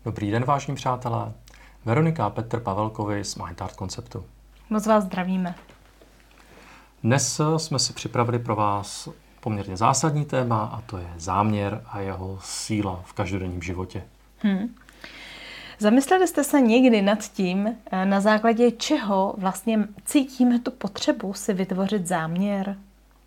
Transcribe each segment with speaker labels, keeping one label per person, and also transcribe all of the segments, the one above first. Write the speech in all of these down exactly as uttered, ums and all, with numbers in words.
Speaker 1: Dobrý den, vážení přátelé. Veronika a Petr Pavelkovi z Mind Art Konceptu.
Speaker 2: Moc vás zdravíme.
Speaker 1: Dnes jsme si připravili pro vás poměrně zásadní téma, a to je záměr a jeho síla v každodenním životě.
Speaker 2: Hmm. Zamysleli jste se někdy nad tím, na základě čeho vlastně cítíme tu potřebu si vytvořit záměr?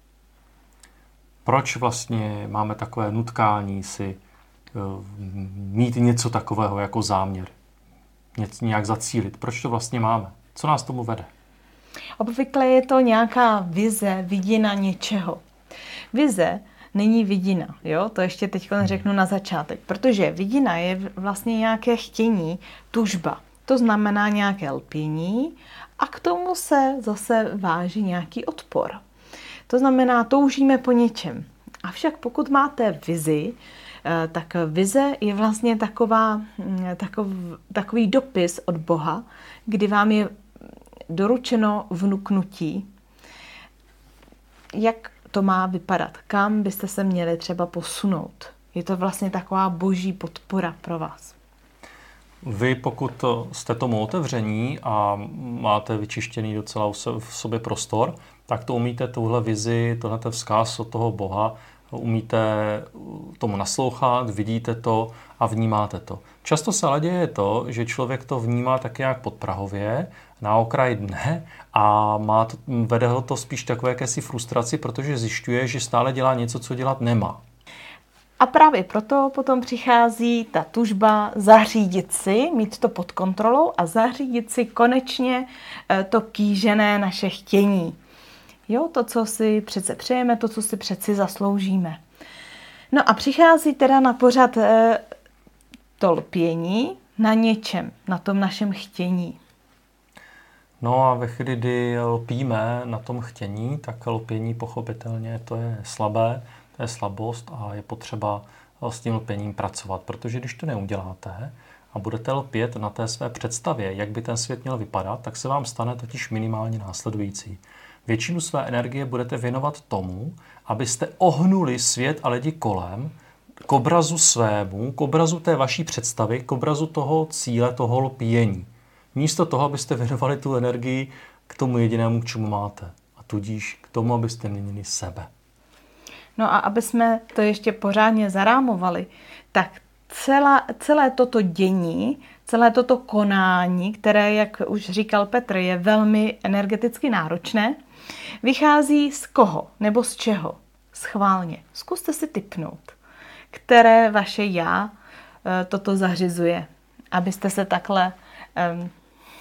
Speaker 1: Proč vlastně máme takové nutkání si mít něco takového jako záměr? Něco nějak zacílit. Proč to vlastně máme? Co nás tomu vede?
Speaker 2: Obvykle je to nějaká vize, vidina něčeho. Vize není vidina, jo? To ještě teď řeknu na začátek, protože vidina je vlastně nějaké chtění, tužba. To znamená nějaké lpění a k tomu se zase váží nějaký odpor. To znamená, toužíme po něčem. Avšak pokud máte vizi, tak vize je vlastně taková, takov, takový dopis od Boha, kdy vám je doručeno vnuknutí, jak to má vypadat, kam byste se měli třeba posunout. Je to vlastně taková boží podpora pro vás.
Speaker 1: Vy, pokud jste tomu otevření a máte vyčištěný docela v sobě prostor, tak to umíte tuhle vizi, tohle vzkaz od toho Boha, umíte tomu naslouchat, vidíte to a vnímáte to. Často se ale děje to, že člověk to vnímá tak nějak podprahově, na okraj dne a má to, vede ho to spíš takové jakési frustraci, protože zjišťuje, že stále dělá něco, co dělat nemá.
Speaker 2: A právě proto potom přichází ta tužba zařídit si, mít to pod kontrolou a zařídit si konečně to kýžené naše chtění. Jo, to, co si přece přejeme, to, co si přeci zasloužíme. No a přichází teda na pořad e, to lpění na něčem, na tom našem chtění.
Speaker 1: No a ve chvíli, kdy lpíme na tom chtění, tak lpění pochopitelně to je slabé, to je slabost a je potřeba s tím lpěním pracovat, protože když to neuděláte a budete lpět na té své představě, jak by ten svět měl vypadat, tak se vám stane totiž minimálně následující. Většinu své energie budete věnovat tomu, abyste ohnuli svět a lidi kolem k obrazu svému, k obrazu té vaší představy, k obrazu toho cíle, toho lpění. Místo toho, abyste věnovali tu energii k tomu jedinému, k čemu máte. A tudíž k tomu, abyste měnili sebe.
Speaker 2: No a aby jsme to ještě pořádně zarámovali, tak celá, celé toto dění, celé toto konání, které, jak už říkal Petr, je velmi energeticky náročné, vychází z koho nebo z čeho? Schválně. Zkuste si tipnout, které vaše já e, toto zařizuje, abyste se takhle e,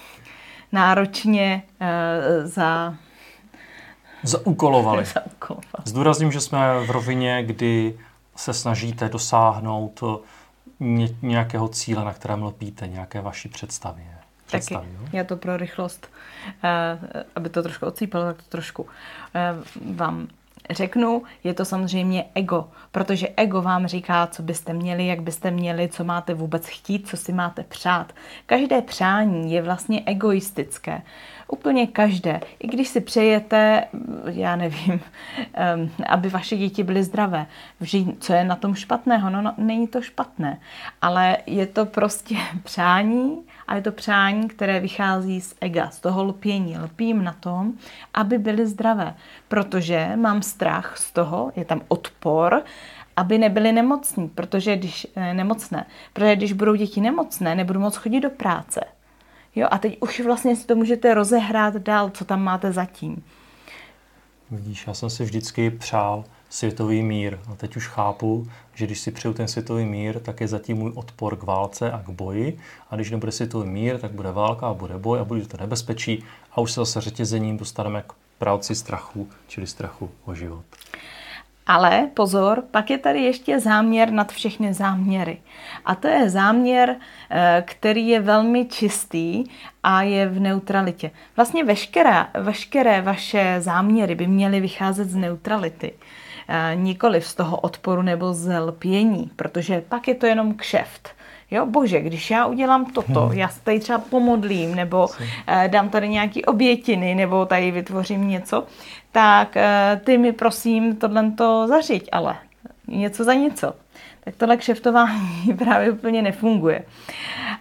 Speaker 2: náročně e, za...
Speaker 1: zaúkolovali.
Speaker 2: Zaúkolovali.
Speaker 1: Zdůrazním, že jsme v rovině, kdy se snažíte dosáhnout nějakého cíle, na kterém lpíte, nějaké vaší představy.
Speaker 2: Taky. Já to pro rychlost, aby to trošku odsýpalo, tak to trošku vám řeknu. Je to samozřejmě ego, protože ego vám říká, co byste měli, jak byste měli, co máte vůbec chtít, co si máte přát. Každé přání je vlastně egoistické. Úplně každé. I když si přejete, já nevím, aby vaše děti byly zdravé. Co je na tom špatného? No, no není to špatné. Ale je to prostě přání a je to přání, které vychází z ega, z toho lpění. Lpím na tom, aby byly zdravé. Protože mám strach z toho, je tam odpor, aby nebyly nemocní, protože když nemocné, protože když budou děti nemocné, nebudou moc chodit do práce. Jo, a teď už vlastně si to můžete rozehrát dál, co tam máte zatím.
Speaker 1: Vidíš, já jsem si vždycky přál světový mír. A teď už chápu, že když si přeju ten světový mír, tak je zatím můj odpor k válce a k boji. A když nebude světový mír, tak bude válka a bude boj a bude to nebezpečí. A už se zase řetězením dostaneme k práci strachu, čili strachu o život.
Speaker 2: Ale pozor, pak je tady ještě záměr nad všechny záměry. A to je záměr, který je velmi čistý a je v neutralitě. Vlastně veškeré, veškeré vaše záměry by měly vycházet z neutrality. Nikoliv z toho odporu nebo z lpění, protože pak je to jenom kšeft. Jo, bože, když já udělám toto, hmm. já se tady třeba pomodlím, nebo eh, dám tady nějaký obětiny, nebo tady vytvořím něco, tak eh, ty mi prosím tohleto zařiď, ale něco za něco. Tak tohle kšeftování právě úplně nefunguje.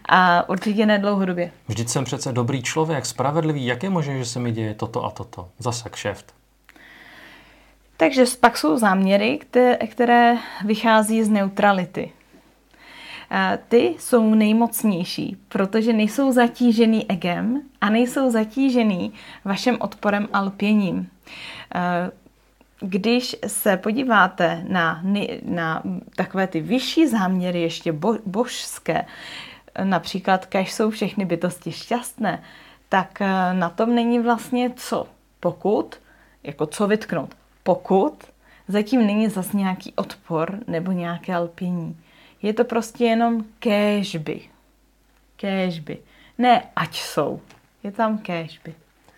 Speaker 2: A určitě ne dlouhodobě.
Speaker 1: Vždyť jsem přece dobrý člověk, spravedlivý. Jak je možné, že se mi děje toto a toto? Zase kšeft.
Speaker 2: Takže pak jsou záměry, které vychází z neutrality. Ty jsou nejmocnější, protože nejsou zatížený egem a nejsou zatížený vaším odporem a lpěním. Když se podíváte na, na takové ty vyšší záměry, ještě bo, božské, například kéž jsou všechny bytosti šťastné, tak na tom není vlastně co. Pokud, jako co vytknout, pokud zatím není zas nějaký odpor nebo nějaké lpění. Je to prostě jenom kéžby. Kéžby. Ne ať jsou. Je tam kéžby.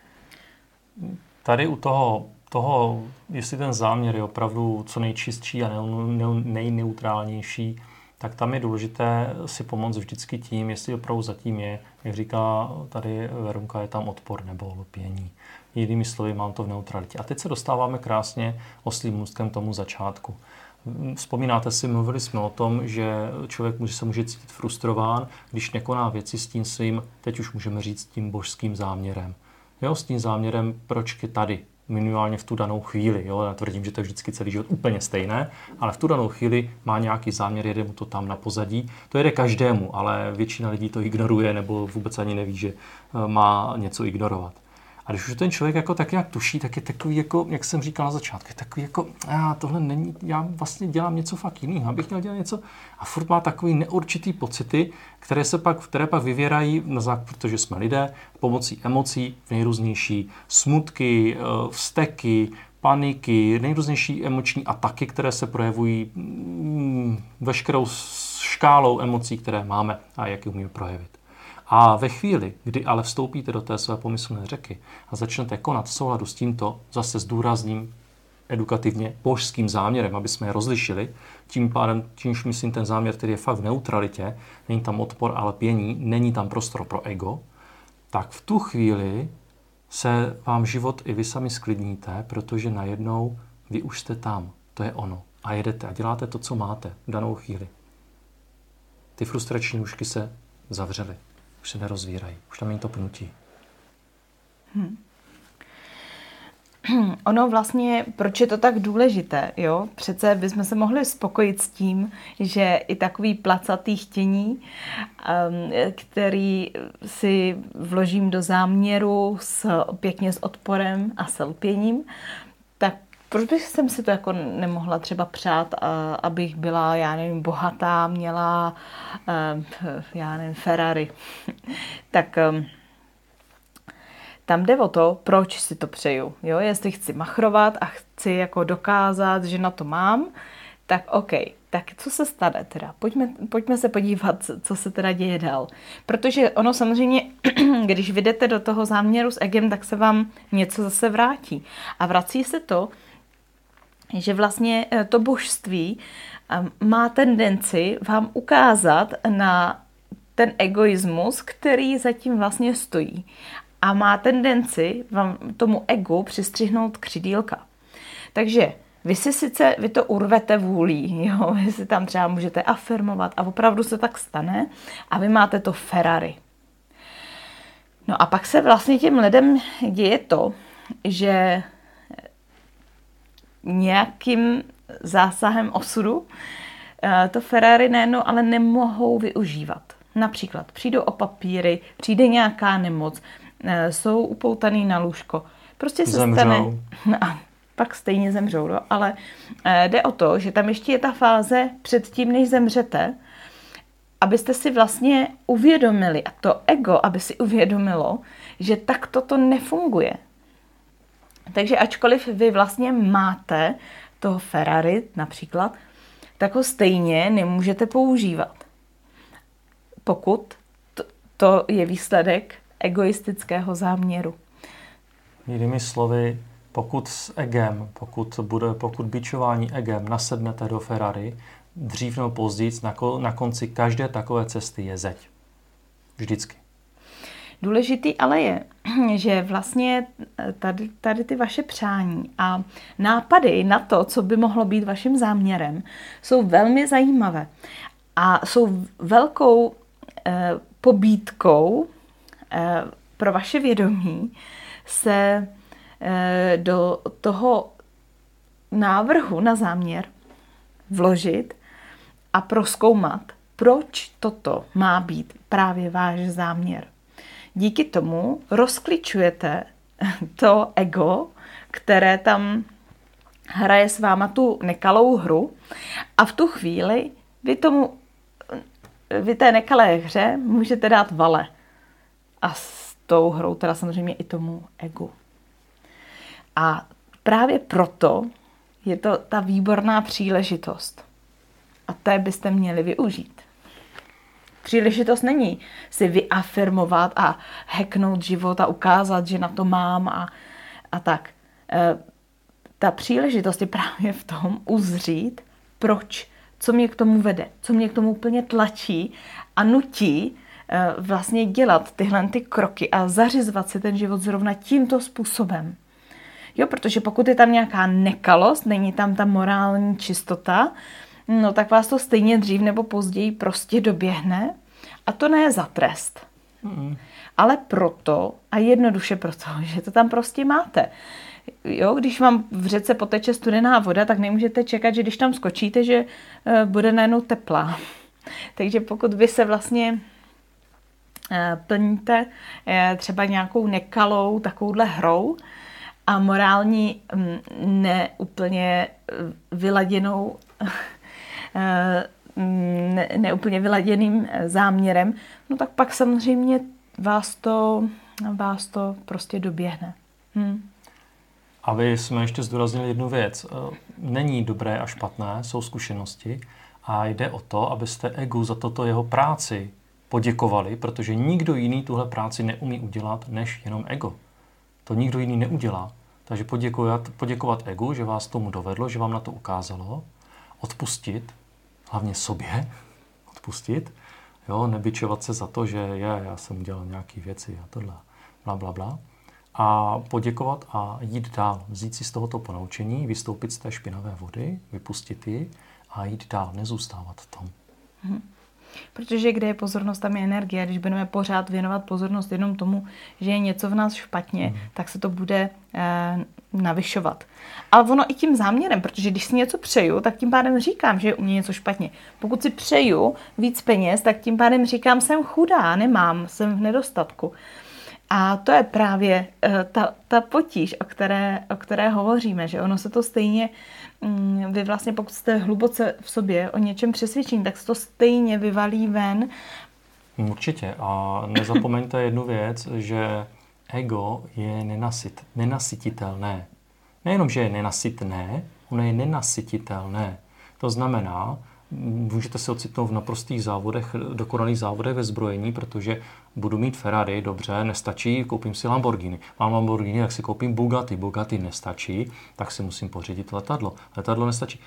Speaker 1: Tady u toho, toho, jestli ten záměr je opravdu co nejčistší a nejneutrálnější, tak tam je důležité si pomoct vždycky tím, jestli opravdu zatím je, jak říká tady Verunka, je tam odpor nebo lpění. Jinými slovy, mám to v neutralitě. A teď se dostáváme krásně oslím můstkem k tomu začátku. Vzpomínáte si, mluvili jsme o tom, že člověk může, se může cítit frustrován, když nekoná věci s tím svým, teď už můžeme říct, tím božským záměrem. Jo, s tím záměrem, proč je tady, minimálně v tu danou chvíli. Jo? Já tvrdím, že to je vždycky celý život úplně stejné, ale v tu danou chvíli má nějaký záměr, jede mu to tam na pozadí. To jede každému, ale většina lidí to ignoruje nebo vůbec ani neví, že má něco ignorovat. A když už ten člověk jako tak nějak tuší, tak je takový, jako, jak jsem říkal na začátku, je takový jako, a tohle není, já vlastně dělám něco fakt jiného, abych měl dělat něco. A furt má takový neurčitý pocity, které se pak, které pak vyvěrají, na základ, protože jsme lidé, pomocí emocí, nejrůznější smutky, vzteky, paniky, nejrůznější emoční ataky, které se projevují mm, veškerou škálou emocí, které máme a jak je umíme projevit. A ve chvíli, kdy ale vstoupíte do té své pomyslné řeky a začnete konat v souladu s tímto, zase s důrazním, edukativně božským záměrem, aby jsme je rozlišili, tím pádem, čímž myslím ten záměr, který je fakt v neutralitě, není tam odpor, ale lpění, není tam prostor pro ego, tak v tu chvíli se vám život i vy sami sklidníte, protože najednou vy už jste tam, to je ono. A jedete a děláte to, co máte v danou chvíli. Ty frustrační nůžky se zavřely. Už se nerozvírají. Už tam není to pnutí.
Speaker 2: Hmm. Ono vlastně, proč je to tak důležité, jo? Přece bychom se mohli spokojit s tím, že i takový placatý chtění, který si vložím do záměru s, pěkně s odporem a s lpěním, tak proč bych jsem si to jako nemohla třeba přát, abych byla, já nevím, bohatá, měla, já nevím, Ferrari. Tak tam jde o to, proč si to přeju. Jo? Jestli chci machrovat a chci jako dokázat, že na to mám, tak OK. Tak co se stane teda? Pojďme, pojďme se podívat, co se teda děje dál. Protože ono samozřejmě, když vyjdete do toho záměru s egem, tak se vám něco zase vrátí. A vrací se to, že vlastně to božství má tendenci vám ukázat na ten egoismus, který zatím vlastně stojí. A má tendenci vám tomu egu přistřihnout křidílka. Takže vy si sice, vy to urvete vůlí, jo? Vy si tam třeba můžete afirmovat a opravdu se tak stane a vy máte to Ferrari. No a pak se vlastně těm lidem děje to, že nějakým zásahem osudu to Ferrari najednou ale nemohou využívat. Například přijdou o papíry, přijde nějaká nemoc, jsou upoutaný na lůžko. Prostě se
Speaker 1: zemřou.
Speaker 2: stane... No, pak stejně zemřou, no? Ale jde o to, že tam ještě je ta fáze předtím, než zemřete, abyste si vlastně uvědomili, a to ego, aby si uvědomilo, že takto to nefunguje. Takže ačkoliv vy vlastně máte toho Ferrari například, tak ho stejně nemůžete používat. Pokud to, to je výsledek egoistického záměru.
Speaker 1: Jinými slovy, pokud s egem, pokud, bude, pokud bičování egem nasednete do Ferrari, dřív nebo později na, na konci každé takové cesty je zeď. Vždycky.
Speaker 2: Důležitý ale je, že vlastně tady, tady ty vaše přání a nápady na to, co by mohlo být vaším záměrem, jsou velmi zajímavé a jsou velkou eh, pobídkou pro vaše vědomí se do toho návrhu na záměr vložit a prozkoumat, proč toto má být právě váš záměr. Díky tomu rozklíčujete to ego, které tam hraje s váma tu nekalou hru a v tu chvíli vy tomu, vy té nekalé hře můžete dát vale. A s tou hrou teda samozřejmě i tomu egu. A právě proto je to ta výborná příležitost. A té byste měli využít. Příležitost není si vyafirmovat a hacknout život a ukázat, že na to mám a, a tak. E, ta příležitost je právě v tom uzřít, proč, co mě k tomu vede, co mě k tomu úplně tlačí a nutí e, vlastně dělat tyhle ty kroky a zařizovat si ten život zrovna tímto způsobem. Jo, protože pokud je tam nějaká nekalost, není tam ta morální čistota, no tak vás to stejně dřív nebo později prostě doběhne a to ne za trest. Mm. Ale proto a jednoduše proto, že to tam prostě máte. Jo, když vám v řece poteče studená voda, tak nemůžete čekat, že když tam skočíte, že bude najednou teplá. Takže pokud vy se vlastně plníte třeba nějakou nekalou takovouhle hrou a morální neúplně vyladěnou ne, neúplně vyladěným záměrem, no tak pak samozřejmě vás to, vás to prostě doběhne. Hm.
Speaker 1: A vy jsme ještě zdůraznili jednu věc. Není dobré a špatné, jsou zkušenosti a jde o to, abyste egu za toto jeho práci poděkovali, protože nikdo jiný tuhle práci neumí udělat, než jenom ego. To nikdo jiný neudělá. Takže poděkovat, poděkovat egu, že vás tomu dovedlo, že vám na to ukázalo, odpustit, hlavně sobě, odpustit, jo, nebičovat se za to, že je, já jsem udělal nějaké věci a tohle, bla, bla, bla. A poděkovat a jít dál, vzít si z tohoto ponaučení, vystoupit z té špinavé vody, vypustit ji a jít dál, nezůstávat v tom.
Speaker 2: Hmm. Protože kde je pozornost, tam je energie. Když budeme pořád věnovat pozornost jenom tomu, že je něco v nás špatně, hmm. tak se to bude eh, navyšovat. Ale ono i tím záměrem, protože když si něco přeju, tak tím pádem říkám, že je u mě něco špatně. Pokud si přeju víc peněz, tak tím pádem říkám, jsem chudá, nemám, jsem v nedostatku. A to je právě uh, ta, ta potíž, o které, o které hovoříme, že ono se to stejně, um, vy vlastně pokud jste hluboce v sobě o něčem přesvědčení, tak se to stejně vyvalí ven.
Speaker 1: Určitě. A nezapomeňte jednu věc, že ego je nenasyt, nenasytitelné. Nejenom, že je nenasytné, ono je nenasytitelné. To znamená, můžete se ocitnout v naprostých závodech, dokonalých závodech ve zbrojení, protože budu mít Ferrari, dobře, nestačí, koupím si Lamborghini. Mám Lamborghini, tak si koupím Bugatti. Bugatti nestačí, tak si musím pořídit letadlo. Letadlo nestačí.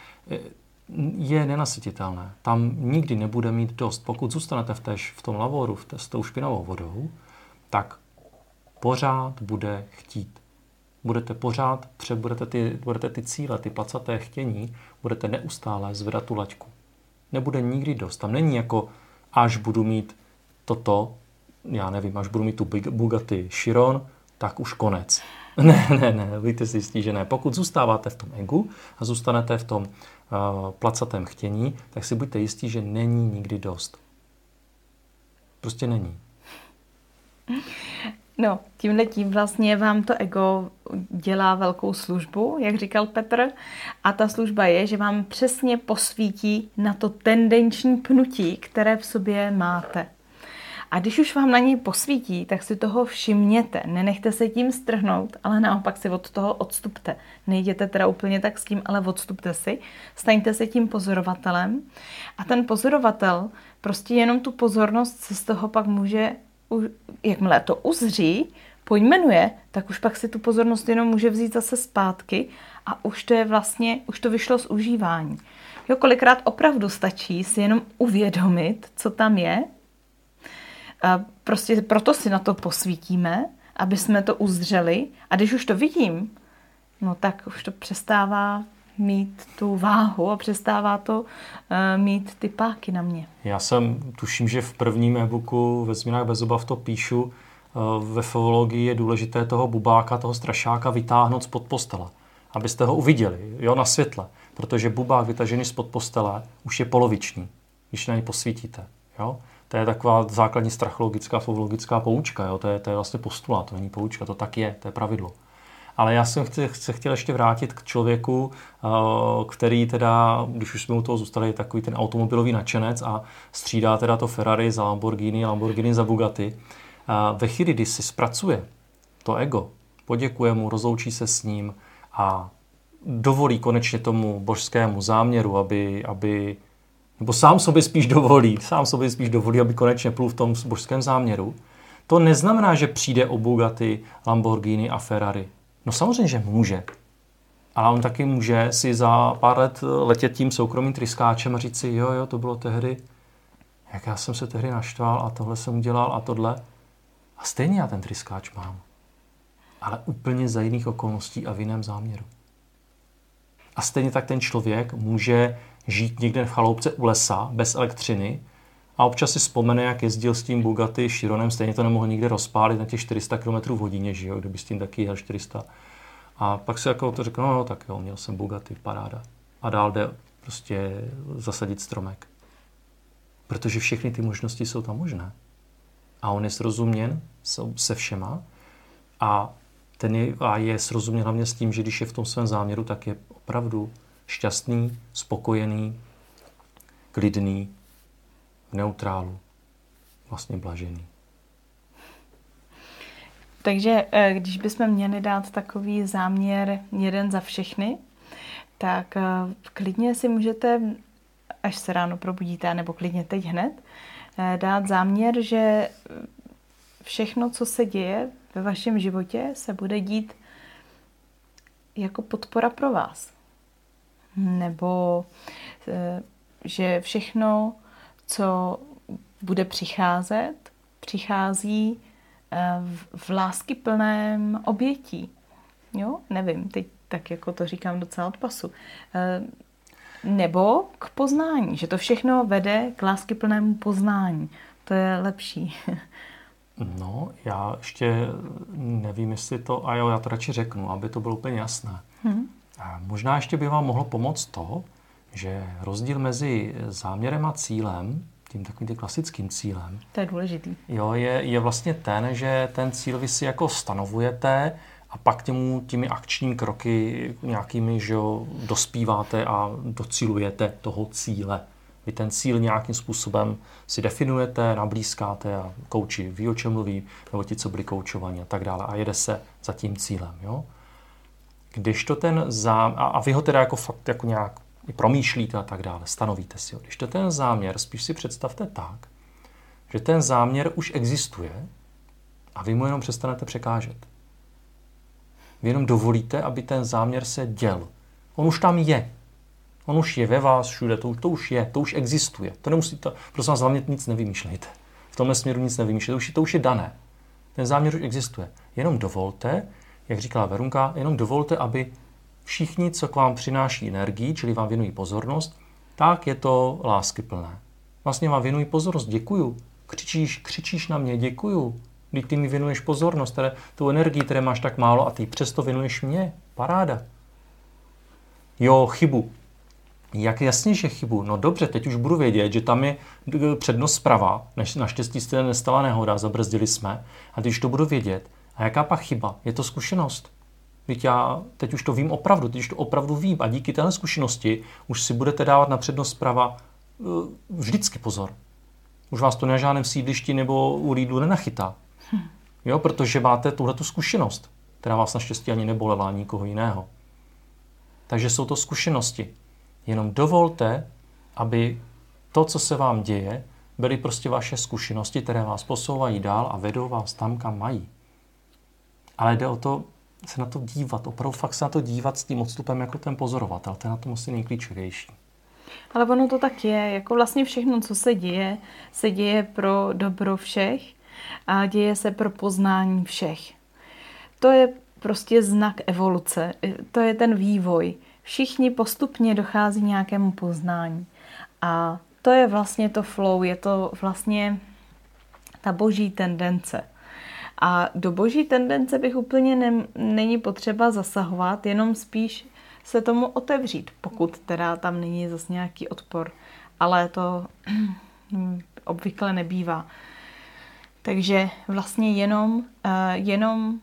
Speaker 1: Je nenasytitelné. Tam nikdy nebude mít dost. Pokud zůstanete v, též, v tom lavoru v té, s tou špinavou vodou, tak pořád bude chtít. Budete pořád, budete ty, budete ty cíle, ty placaté chtění, budete neustále zvedat tu laťku. Nebude nikdy dost. Tam není jako, až budu mít toto, já nevím, až budu mít tu Bugatti Chiron, tak už konec. Ne, ne, ne, buďte si jistí, že ne. Pokud zůstáváte v tom egu a zůstanete v tom uh, placatém chtění, tak si buďte jistí, že není nikdy dost. Prostě není.
Speaker 2: No, tímhletím vlastně vám to ego dělá velkou službu, jak říkal Petr, a ta služba je, že vám přesně posvítí na to tendenční pnutí, které v sobě máte. A když už vám na něj posvítí, tak si toho všimněte. Nenechte se tím strhnout, ale naopak si od toho odstupte. Nejděte teda úplně tak s tím, ale odstupte si. Staňte se tím pozorovatelem. A ten pozorovatel prostě jenom tu pozornost se z toho pak může, jakmile to uzří, pojmenuje, tak už pak si tu pozornost jenom může vzít zase zpátky a už to je vlastně, už to vyšlo z užívání. Jo, kolikrát opravdu stačí si jenom uvědomit, co tam je. A prostě proto si na to posvítíme, aby jsme to uzřeli. A když už to vidím, no tak už to přestává mít tu váhu a přestává to uh, mít ty páky na mě.
Speaker 1: Já jsem, tuším, že v prvním e-booku ve Změnách bez obav to píšu, uh, ve fovologii je důležité toho bubáka, toho strašáka vytáhnout spod postele, abyste ho uviděli, jo, na světle, protože bubák vytažený spod postele už je poloviční, když na něj posvítíte, jo. To je taková základní strachologická, fovologická poučka, jo, to je, to je vlastně postulát, to není poučka, to tak je, to je pravidlo. Ale já jsem chci, se chtěl ještě vrátit k člověku, který teda, když už jsme u toho zůstali, je takový ten automobilový nadšenec a střídá teda to Ferrari za Lamborghini, Lamborghini za Bugatti. Ve chvíli, kdy si zpracuje to ego, poděkuje mu, rozloučí se s ním a dovolí konečně tomu božskému záměru, aby, aby nebo sám sobě spíš dovolí, sám sobě spíš dovolí, aby konečně plul v tom božském záměru, to neznamená, že přijde o Bugatti, Lamborghini a Ferrari. No samozřejmě, že může. Ale on taky může si za pár let letět tím soukromým tryskáčem a říct si, jo, jo, to bylo tehdy, jak já jsem se tehdy naštval a tohle jsem udělal a tohle. A stejně já ten tryskáč mám. Ale úplně za jiných okolností a v jiném záměru. A stejně tak ten člověk může žít někde v chaloupce u lesa, bez elektřiny a občas si vzpomene, jak jezdil s tím Bugatti Chironem, stejně to nemohl nikde rozpálit na těch čtyři sta kilometrů v hodině, že jo, kdyby s tím taky jel čtyři sta. A pak si jako to řekl, no, no tak jo, měl jsem Bugatti, paráda. A dál jde prostě zasadit stromek. Protože všechny ty možnosti jsou tam možné. A on je srozuměn se všema a, ten je, a je srozuměn hlavně s tím, že když je v tom svém záměru, tak je opravdu šťastný, spokojený, klidný, v neutrálu, vlastně blažený.
Speaker 2: Takže když bychom měli dát takový záměr jeden za všechny, tak klidně si můžete, až se ráno probudíte, nebo klidně teď hned, dát záměr, že všechno, co se děje ve vašem životě, se bude dít jako podpora pro vás. Nebo že všechno, co bude přicházet, přichází v láskyplném obětí. Jo? Nevím, teď tak jako to říkám docela od pasu. Nebo k poznání, že to všechno vede k láskyplnému poznání. To je lepší.
Speaker 1: No, já ještě nevím, jestli to, a jo, já to radši řeknu, aby to bylo úplně jasné. Hmm. A možná ještě by vám mohlo pomoct to, že rozdíl mezi záměrem a cílem, tím takovým tím klasickým cílem,
Speaker 2: to je důležitý.
Speaker 1: Jo, je, je vlastně ten, že ten cíl vy si jako stanovujete a pak těmu, těmi akční kroky nějakými, že jo, dospíváte a docílujete toho cíle. Vy ten cíl nějakým způsobem si definujete, nablízkáte a kouči ví, o čem mluví, nebo ti, co byli koučovaní a tak dále a jede se za tím cílem. Jo? Když to ten zám... A vy ho teda jako fakt jako nějak promýšlíte a tak dále, stanovíte si ho. Když to ten záměr, spíš si představte tak, že ten záměr už existuje a vy mu jenom přestanete překážet. Vy jenom dovolíte, aby ten záměr se děl. On už tam je. On už je ve vás všude, to, to už je, to už existuje. To nemusíte, prosím vás, hlavně nic nevymýšlejte. V tomhle směru nic nevymýšlejte, to už, to už je dané. Ten záměr už existuje. Jenom dovolte, jak říkala Verunka, jenom dovolte, aby všichni, co k vám přináší energii, čili vám věnují pozornost, tak je to láskyplné. Vlastně vám věnují pozornost, děkuju. Křičíš, křičíš na mě, děkuju. Když ty mi věnuješ pozornost, které, tu energii, které máš tak málo a ty přesto věnuješ mě. Paráda. Jo, chybu. Jak jasně, že chybu? No dobře, teď už budu vědět, že tam je přednost zprava, než naštěstí se nestala nehoda, zabrzdili jsme. A když to budu vědět, a jaká pak chyba? Je to zkušenost. Teď já teď už to vím opravdu, teď už to opravdu vím a díky téhle zkušenosti už si budete dávat na přednost zprava vždycky pozor. Už vás to na žádném sídlišti nebo u Lidlu nenachytá. Jo, protože máte tuhletu zkušenost, která vás naštěstí ani nebolela, ani nikoho jiného. Takže jsou to zkušenosti. Jenom dovolte, aby to, co se vám děje, byly prostě vaše zkušenosti, které vás posouvají dál a vedou vás tam, kam mají. Ale jde o to se na to dívat, opravdu fakt se na to dívat s tím odstupem jako ten pozorovatel. To je na tom asi nejklíčovější.
Speaker 2: Ale ono to tak je, jako vlastně všechno, co se děje, se děje pro dobro všech a děje se pro poznání všech. To je prostě znak evoluce, to je ten vývoj. všichni postupně dochází nějakému poznání. A to je vlastně to flow, je to vlastně ta boží tendence. A do boží tendence bych úplně ne, není potřeba zasahovat, jenom spíš se tomu otevřít, pokud teda tam není zase nějaký odpor. Ale to obvykle nebývá. Takže vlastně jenom, jenom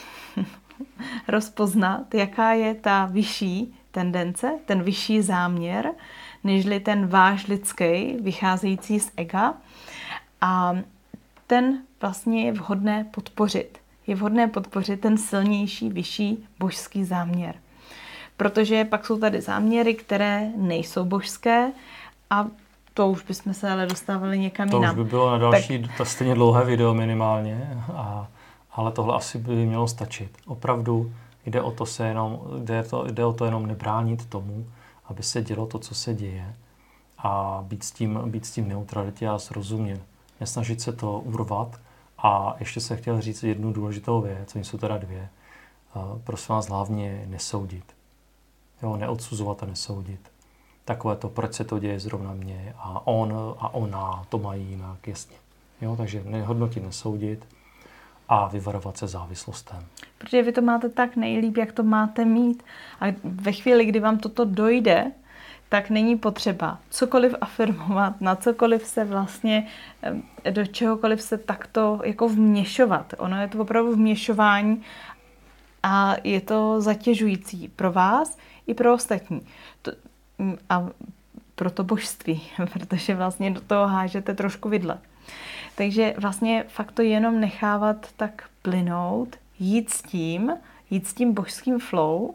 Speaker 2: rozpoznat, jaká je ta vyšší tendence, ten vyšší záměr, nežli ten váš lidský, vycházející z ega. A ten vlastně je vhodné podpořit. Je vhodné podpořit ten silnější, vyšší božský záměr. Protože pak jsou tady záměry, které nejsou božské a to už bychom se ale dostávali někam
Speaker 1: to
Speaker 2: jinam.
Speaker 1: To už by bylo na další, tak... to stejně dlouhé video minimálně, a, ale tohle asi by mělo stačit. Opravdu jde o to se jenom, jde, to, jde o to jenom nebránit tomu, aby se dělo to, co se děje, a být s tím, být s tím neutralitě a srozumět. Nesnažit se to urvat. A ještě se chtěl říct jednu důležitou věc, oni jsou teda dvě. Prosím vás, hlavně nesoudit. Jo, neodsuzovat a nesoudit. Takové to, proč se to děje zrovna mně a on a ona to mají jinak, jasně. Jo, takže nehodnotit, nesoudit a vyvarovat se závislostem.
Speaker 2: Protože vy to máte tak nejlíp, jak to máte mít. A ve chvíli, kdy vám toto dojde, tak není potřeba cokoliv afirmovat, na cokoliv se vlastně, do čehokoliv se takto jako vměšovat. Ono je to opravdu vměšování a je to zatěžující pro vás i pro ostatní. To, a pro to božství, protože vlastně do toho hážete trošku vidle. Takže vlastně fakt to jenom nechávat tak plynout, jít s tím, jít s tím božským flow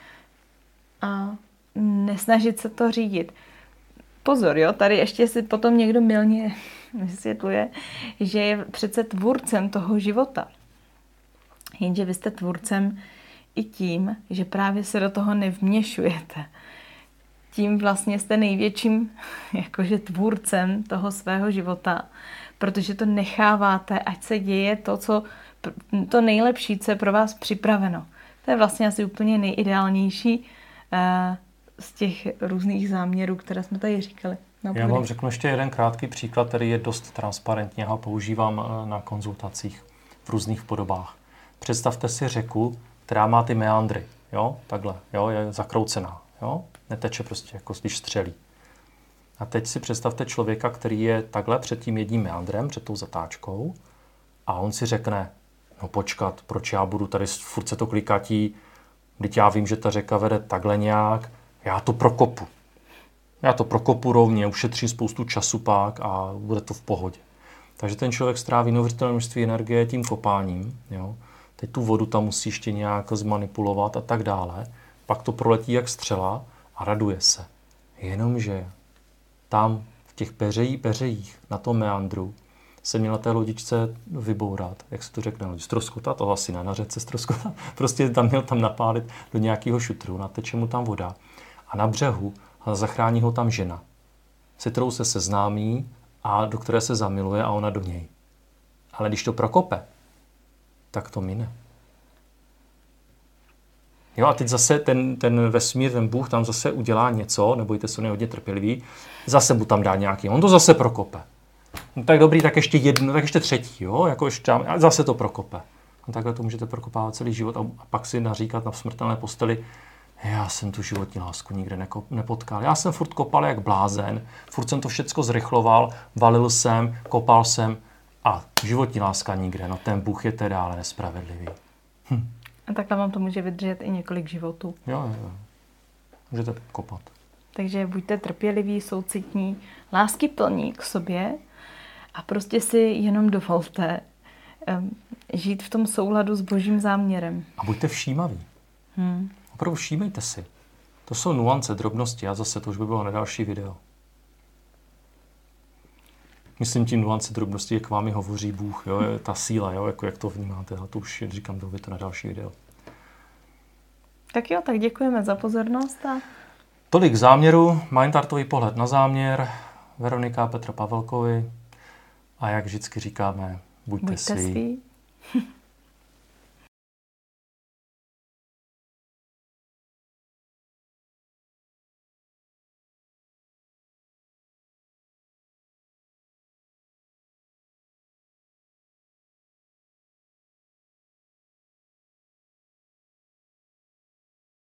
Speaker 2: a nesnažit se to řídit. Pozor, jo, tady ještě si potom někdo mylně vysvětluje, že je přece tvůrcem toho života. Jenže vy jste tvůrcem i tím, že právě se do toho nevměšujete. Tím vlastně jste největším jakože tvůrcem toho svého života, protože to necháváte, ať se děje to, co, to nejlepší, co je pro vás připraveno. To je vlastně asi úplně nejideálnější uh, z těch různých záměrů, které jsme tady říkali. No,
Speaker 1: Já vám řeknu ještě jeden krátký příklad, který je dost transparentní. Já ho používám na konzultacích v různých podobách. Představte si řeku, která má ty meandry. Jo? Takhle. Jo? Je zakroucená. Jo? Neteče prostě, jako když střelí. A teď si představte člověka, který je takhle před tím jedním meandrem, před tou zatáčkou, a on si řekne, no počkat, proč já budu tady, furt se to klikatí, když já vím, že ta řeka vede takhle nějak, já to prokopu. Já to prokopu rovně, ušetřím spoustu času pak a bude to v pohodě. Takže ten člověk stráví neuvěřitelné množství energie tím kopáním. Jo. Teď tu vodu tam musí ještě nějak zmanipulovat a tak dále. Pak to proletí jak střela a raduje se. Jenomže tam v těch peřejí, peřejích na tom meandru se měla té lodičce vybourat, jak se to řekne, ztroskotat, to asi ne, na řece ztroskotat. Prostě tam měl tam napálit do nějakého šutru, nateče mu tam voda. A na břehu zachrání ho tam žena, se kterou se seznámí a do které se zamiluje a ona do něj. Ale když to prokope, tak to mine. Jo, a teď zase ten, ten vesmír, ten Bůh tam zase udělá něco, nebojte se, on je hodně trpělivý, zase mu tam dá nějaký, on to zase prokope. No, tak dobrý, tak ještě jedno, tak ještě třetí, jo, jako ještě tam, a zase to prokope. A takhle to můžete prokopávat celý život a, a pak si naříkat na smrtelné posteli, já jsem tu životní lásku nikde neko, nepotkal. Já jsem furt kopal jak blázen, furt jsem to všecko zrychloval, valil jsem, kopal jsem a životní láska nikde. No ten Bůh je teda ale nespravedlivý. Hm.
Speaker 2: A takhle vám to může vydržet i několik životů.
Speaker 1: Jo, jo. Můžete kopat.
Speaker 2: Takže buďte trpěliví, soucitní, láskyplní k sobě a prostě si jenom dovolte um, žít v tom souladu s božím záměrem.
Speaker 1: A buďte všímaví.
Speaker 2: Hmm.
Speaker 1: Opravdu všímejte si. To jsou nuance, drobnosti a zase to už by bylo na další video. Myslím tím nuance, drobnosti, jak vámi hovoří Bůh, jo? Ta síla, jo? Jako, jak to vnímáte. A to už říkám, bylo by to na další video.
Speaker 2: Tak jo, tak děkujeme za pozornost. A...
Speaker 1: Tolik záměru, Mindartový pohled na záměr, Veronika Petra Pavelkovi a jak vždycky říkáme, buďte,
Speaker 2: buďte
Speaker 1: svý.
Speaker 2: svý.